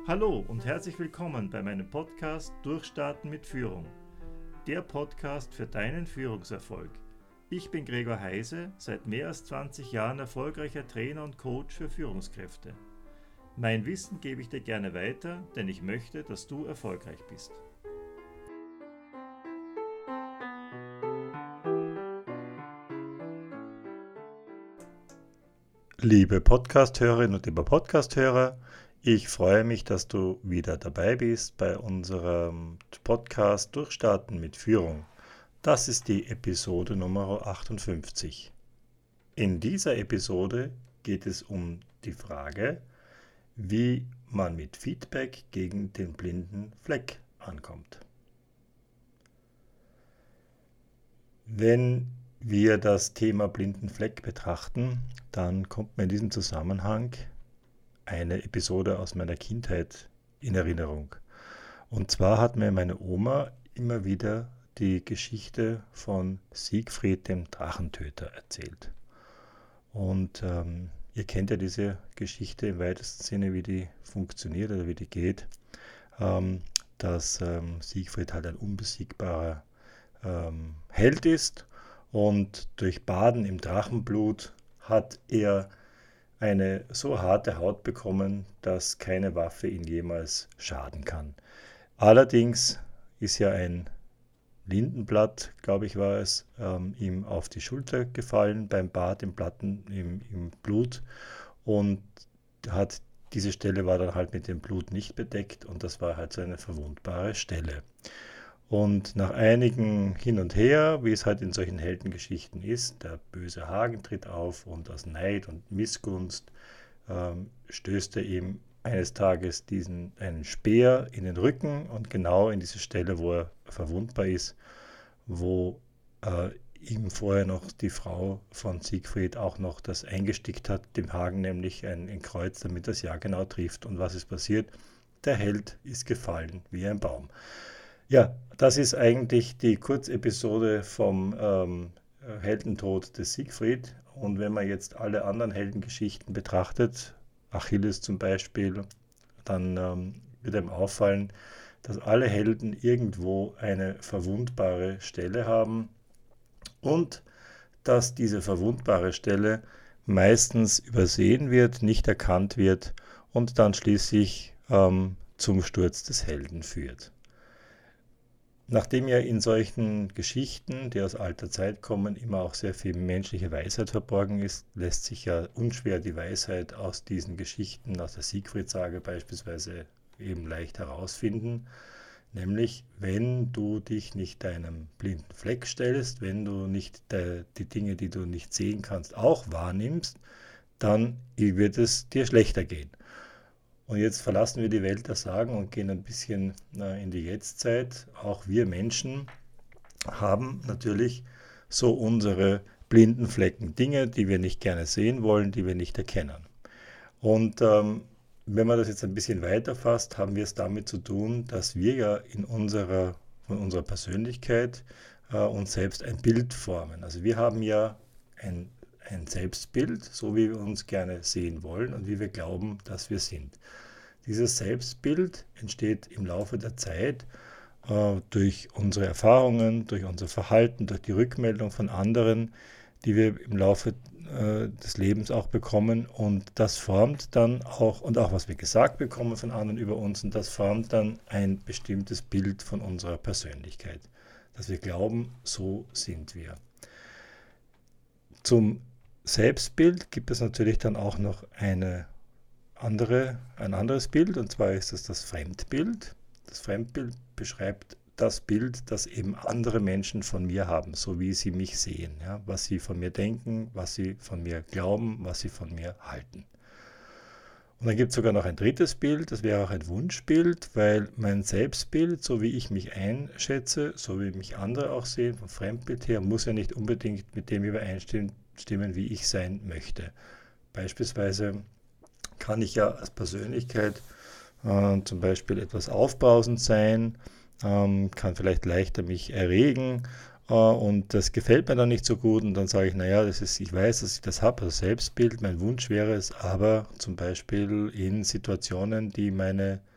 Hallo und herzlich willkommen bei meinem Podcast Durchstarten mit Führung. Der Podcast für deinen Führungserfolg. Ich bin Gregor Heise, seit mehr als 20 Jahren erfolgreicher Trainer und Coach für Führungskräfte. Mein Wissen gebe ich dir gerne weiter, denn ich möchte, dass du erfolgreich bist. Liebe Podcasthörerinnen und lieber Podcasthörer, ich freue mich, dass du wieder dabei bist bei unserem Podcast Durchstarten mit Führung. Das ist die Episode Nummer 58. In dieser Episode geht es um die Frage, wie man mit Feedback gegen den blinden Fleck ankommt. Wenn wir das Thema blinden Fleck betrachten, dann kommt mir in diesem Zusammenhang eine Episode aus meiner Kindheit in Erinnerung. Und zwar hat mir meine Oma immer wieder die Geschichte von Siegfried dem Drachentöter erzählt. Und ihr kennt ja diese Geschichte im weitesten Sinne, wie die funktioniert oder wie die geht, dass Siegfried halt ein unbesiegbarer Held ist und durch Baden im Drachenblut hat er eine so harte Haut bekommen, dass keine Waffe ihn jemals schaden kann. Allerdings ist ja ein Lindenblatt, glaube ich war es, ihm auf die Schulter gefallen beim Bad im Blut und diese Stelle war dann halt mit dem Blut nicht bedeckt und das war halt so eine verwundbare Stelle. Und nach einigen Hin und Her, wie es halt in solchen Heldengeschichten ist, der böse Hagen tritt auf und aus Neid und Missgunst stößt er ihm eines Tages einen Speer in den Rücken und genau in diese Stelle, wo er verwundbar ist, wo ihm vorher noch die Frau von Siegfried auch noch das eingestickt hat, dem Hagen nämlich ein Kreuz, damit das Jahr genau trifft. Und was ist passiert? Der Held ist gefallen wie ein Baum. Ja, das ist eigentlich die Kurzepisode vom Heldentod des Siegfried. Und wenn man jetzt alle anderen Heldengeschichten betrachtet, Achilles zum Beispiel, dann wird einem auffallen, dass alle Helden irgendwo eine verwundbare Stelle haben und dass diese verwundbare Stelle meistens übersehen wird, nicht erkannt wird und dann schließlich zum Sturz des Helden führt. Nachdem ja in solchen Geschichten, die aus alter Zeit kommen, immer auch sehr viel menschliche Weisheit verborgen ist, lässt sich ja unschwer die Weisheit aus diesen Geschichten, aus der Siegfried-Sage beispielsweise, eben leicht herausfinden. Nämlich, wenn du dich nicht deinem blinden Fleck stellst, wenn du nicht die Dinge, die du nicht sehen kannst, auch wahrnimmst, dann wird es dir schlechter gehen. Und jetzt verlassen wir die Welt der Sagen und gehen ein bisschen in die Jetztzeit. Auch wir Menschen haben natürlich so unsere blinden Flecken, Dinge, die wir nicht gerne sehen wollen, die wir nicht erkennen. Und wenn man das jetzt ein bisschen weiter fasst, haben wir es damit zu tun, dass wir ja von unserer Persönlichkeit uns selbst ein Bild formen. Also wir haben ja ein Selbstbild, so wie wir uns gerne sehen wollen und wie wir glauben, dass wir sind. Dieses Selbstbild entsteht im Laufe der Zeit durch unsere Erfahrungen, durch unser Verhalten, durch die Rückmeldung von anderen, die wir im Laufe des Lebens auch bekommen und das formt dann auch, und auch was wir gesagt bekommen von anderen über uns, und das formt dann ein bestimmtes Bild von unserer Persönlichkeit, dass wir glauben, so sind wir. Zum Selbstbild gibt es natürlich dann auch noch ein anderes Bild, und zwar ist es das Fremdbild. Das Fremdbild beschreibt das Bild, das eben andere Menschen von mir haben, so wie sie mich sehen, ja, was sie von mir denken, was sie von mir glauben, was sie von mir halten. Und dann gibt es sogar noch ein drittes Bild, das wäre auch ein Wunschbild, weil mein Selbstbild, so wie ich mich einschätze, so wie mich andere auch sehen, vom Fremdbild her, muss ja nicht unbedingt mit dem übereinstimmen, wie ich sein möchte. Beispielsweise kann ich ja als Persönlichkeit zum Beispiel etwas aufbrausend sein, kann vielleicht leichter mich erregen und das gefällt mir dann nicht so gut und dann sage ich, naja, ich weiß, dass ich das habe, also Selbstbild, mein Wunsch wäre es aber zum Beispiel in Situationen, die meine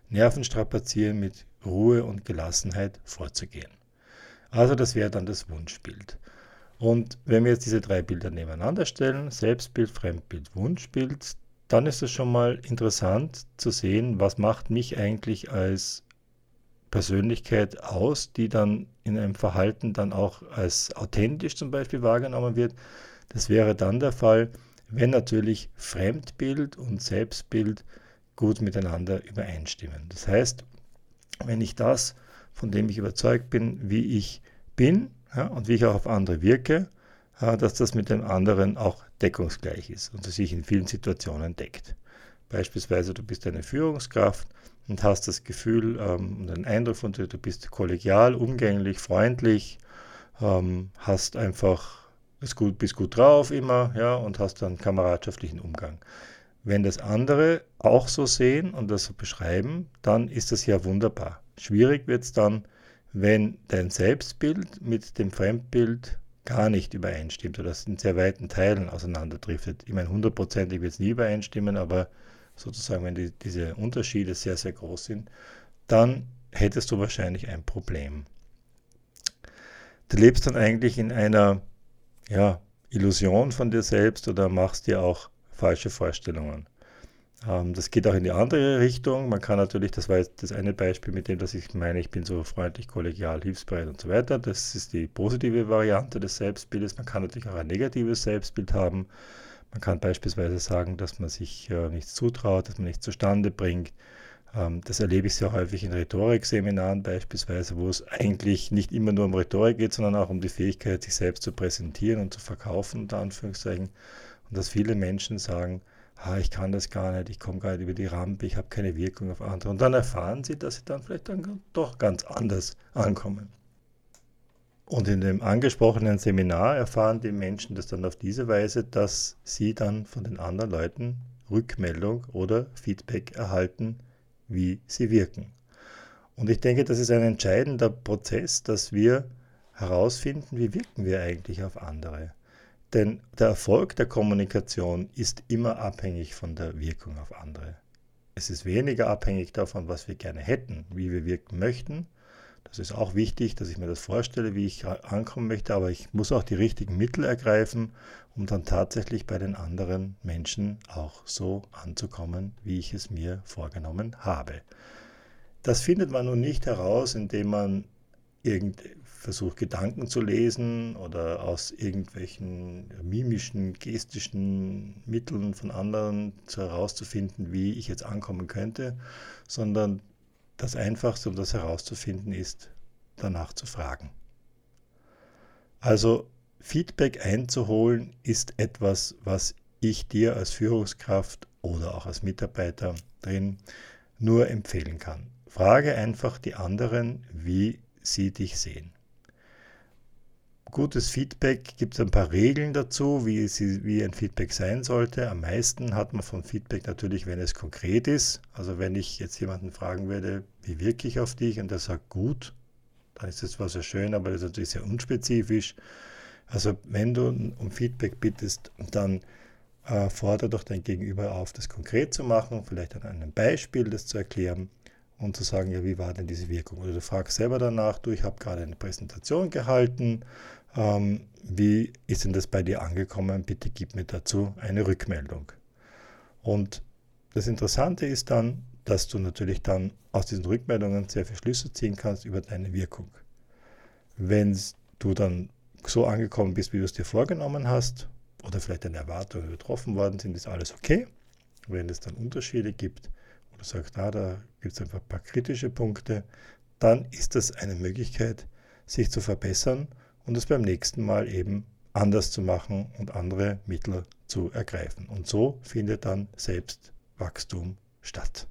Nervenstrapazieren mit Ruhe und Gelassenheit vorzugehen. Also das wäre dann das Wunschbild. Und wenn wir jetzt diese 3 Bilder nebeneinander stellen, Selbstbild, Fremdbild, Wunschbild, dann ist es schon mal interessant zu sehen, was macht mich eigentlich als Persönlichkeit aus, die dann in einem Verhalten dann auch als authentisch zum Beispiel wahrgenommen wird. Das wäre dann der Fall, wenn natürlich Fremdbild und Selbstbild gut miteinander übereinstimmen. Das heißt, wenn ich das, von dem ich überzeugt bin, wie ich bin, ja, und wie ich auch auf andere wirke, dass das mit dem anderen auch deckungsgleich ist und sich in vielen Situationen deckt. Beispielsweise, du bist eine Führungskraft und hast das Gefühl und den Eindruck von dir, du bist kollegial, umgänglich, freundlich, hast einfach, bist gut drauf immer, ja, und hast dann kameradschaftlichen Umgang. Wenn das andere auch so sehen und das so beschreiben, dann ist das ja wunderbar. Schwierig wird es dann, wenn dein Selbstbild mit dem Fremdbild gar nicht übereinstimmt oder es in sehr weiten Teilen auseinanderdriftet. Ich meine, 100%ig wird es nie übereinstimmen, aber sozusagen, wenn diese Unterschiede sehr, sehr groß sind, dann hättest du wahrscheinlich ein Problem. Du lebst dann eigentlich in einer Illusion von dir selbst oder machst dir auch falsche Vorstellungen. Das geht auch in die andere Richtung. Man kann natürlich, das war jetzt das eine Beispiel mit dem, dass ich meine, ich bin so freundlich, kollegial, hilfsbereit und so weiter. Das ist die positive Variante des Selbstbildes. Man kann natürlich auch ein negatives Selbstbild haben. Man kann beispielsweise sagen, dass man sich nichts zutraut, dass man nichts zustande bringt. Das erlebe ich sehr häufig in Rhetorikseminaren beispielsweise, wo es eigentlich nicht immer nur um Rhetorik geht, sondern auch um die Fähigkeit, sich selbst zu präsentieren und zu verkaufen, unter Anführungszeichen. Und dass viele Menschen sagen, ich kann das gar nicht, ich komme gar nicht über die Rampe, ich habe keine Wirkung auf andere. Und dann erfahren sie, dass sie dann vielleicht dann doch ganz anders ankommen. Und in dem angesprochenen Seminar erfahren die Menschen das dann auf diese Weise, dass sie dann von den anderen Leuten Rückmeldung oder Feedback erhalten, wie sie wirken. Und ich denke, das ist ein entscheidender Prozess, dass wir herausfinden, wie wirken wir eigentlich auf andere. Denn der Erfolg der Kommunikation ist immer abhängig von der Wirkung auf andere. Es ist weniger abhängig davon, was wir gerne hätten, wie wir wirken möchten. Das ist auch wichtig, dass ich mir das vorstelle, wie ich ankommen möchte, aber ich muss auch die richtigen Mittel ergreifen, um dann tatsächlich bei den anderen Menschen auch so anzukommen, wie ich es mir vorgenommen habe. Das findet man nun nicht heraus, indem man versucht, Gedanken zu lesen oder aus irgendwelchen mimischen, gestischen Mitteln von anderen herauszufinden, wie ich jetzt ankommen könnte, sondern das Einfachste, um das herauszufinden, ist, danach zu fragen. Also Feedback einzuholen ist etwas, was ich dir als Führungskraft oder auch als Mitarbeiter drin nur empfehlen kann. Frage einfach die anderen, wie sie dich sehen. Gutes Feedback, gibt es ein paar Regeln dazu, wie ein Feedback sein sollte. Am meisten hat man von Feedback natürlich, wenn es konkret ist. Also wenn ich jetzt jemanden fragen würde, wie wirke ich auf dich, und der sagt gut, dann ist das zwar sehr schön, aber das ist natürlich sehr unspezifisch. Also wenn du um Feedback bittest, dann fordere doch dein Gegenüber auf, das konkret zu machen, vielleicht an einem Beispiel das zu erklären und zu sagen, ja, wie war denn diese Wirkung? Oder du fragst selber danach, ich habe gerade eine Präsentation gehalten, wie ist denn das bei dir angekommen? Bitte gib mir dazu eine Rückmeldung. Und das Interessante ist dann, dass du natürlich dann aus diesen Rückmeldungen sehr viele Schlüsse ziehen kannst über deine Wirkung. Wenn du dann so angekommen bist, wie du es dir vorgenommen hast, oder vielleicht deine Erwartungen übertroffen worden sind, ist alles okay. Wenn es dann Unterschiede gibt, wo du sagst, da gibt es einfach ein paar kritische Punkte, dann ist das eine Möglichkeit, sich zu verbessern und es beim nächsten Mal eben anders zu machen und andere Mittel zu ergreifen. Und so findet dann Selbstwachstum statt.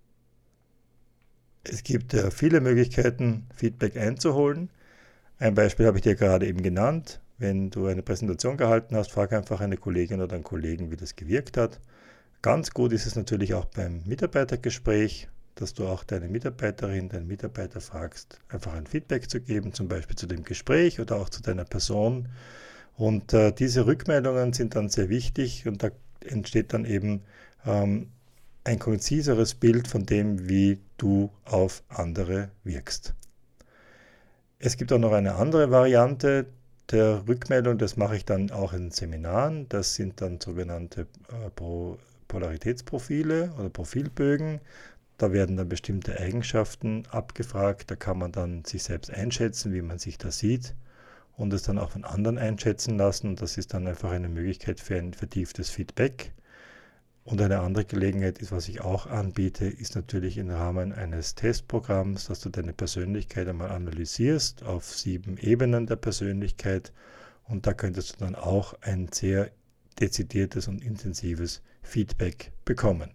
Es gibt viele Möglichkeiten, Feedback einzuholen. Ein Beispiel habe ich dir gerade eben genannt. Wenn du eine Präsentation gehalten hast, frag einfach eine Kollegin oder einen Kollegen, wie das gewirkt hat. Ganz gut ist es natürlich auch beim Mitarbeitergespräch, dass du auch deine Mitarbeiterin, deinen Mitarbeiter fragst, einfach ein Feedback zu geben, zum Beispiel zu dem Gespräch oder auch zu deiner Person. Und diese Rückmeldungen sind dann sehr wichtig und da entsteht dann eben ein konziseres Bild von dem, wie du auf andere wirkst. Es gibt auch noch eine andere Variante der Rückmeldung, das mache ich dann auch in Seminaren. Das sind dann sogenannte Polaritätsprofile oder Profilbögen. Da werden dann bestimmte Eigenschaften abgefragt. Da kann man dann sich selbst einschätzen, wie man sich da sieht und es dann auch von anderen einschätzen lassen. Und das ist dann einfach eine Möglichkeit für ein vertieftes Feedback. Und eine andere Gelegenheit ist, was ich auch anbiete, ist natürlich im Rahmen eines Testprogramms, dass du deine Persönlichkeit einmal analysierst auf 7 Ebenen der Persönlichkeit. Und da könntest du dann auch ein sehr dezidiertes und intensives Feedback bekommen.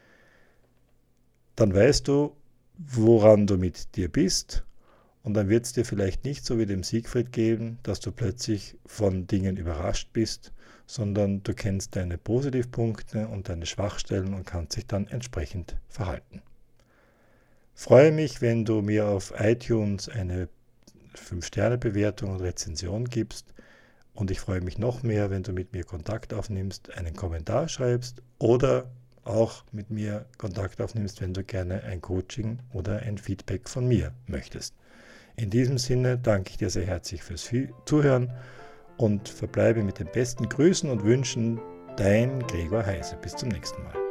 Dann weißt du, woran du mit dir bist. Und dann wird es dir vielleicht nicht so wie dem Siegfried geben, dass du plötzlich von Dingen überrascht bist, sondern du kennst deine Positivpunkte und deine Schwachstellen und kannst dich dann entsprechend verhalten. Freue mich, wenn du mir auf iTunes eine 5-Sterne-Bewertung und Rezension gibst. Und ich freue mich noch mehr, wenn du mit mir Kontakt aufnimmst, einen Kommentar schreibst oder auch mit mir Kontakt aufnimmst, wenn du gerne ein Coaching oder ein Feedback von mir möchtest. In diesem Sinne danke ich dir sehr herzlich fürs Zuhören und verbleibe mit den besten Grüßen und Wünschen, dein Gregor Heise. Bis zum nächsten Mal.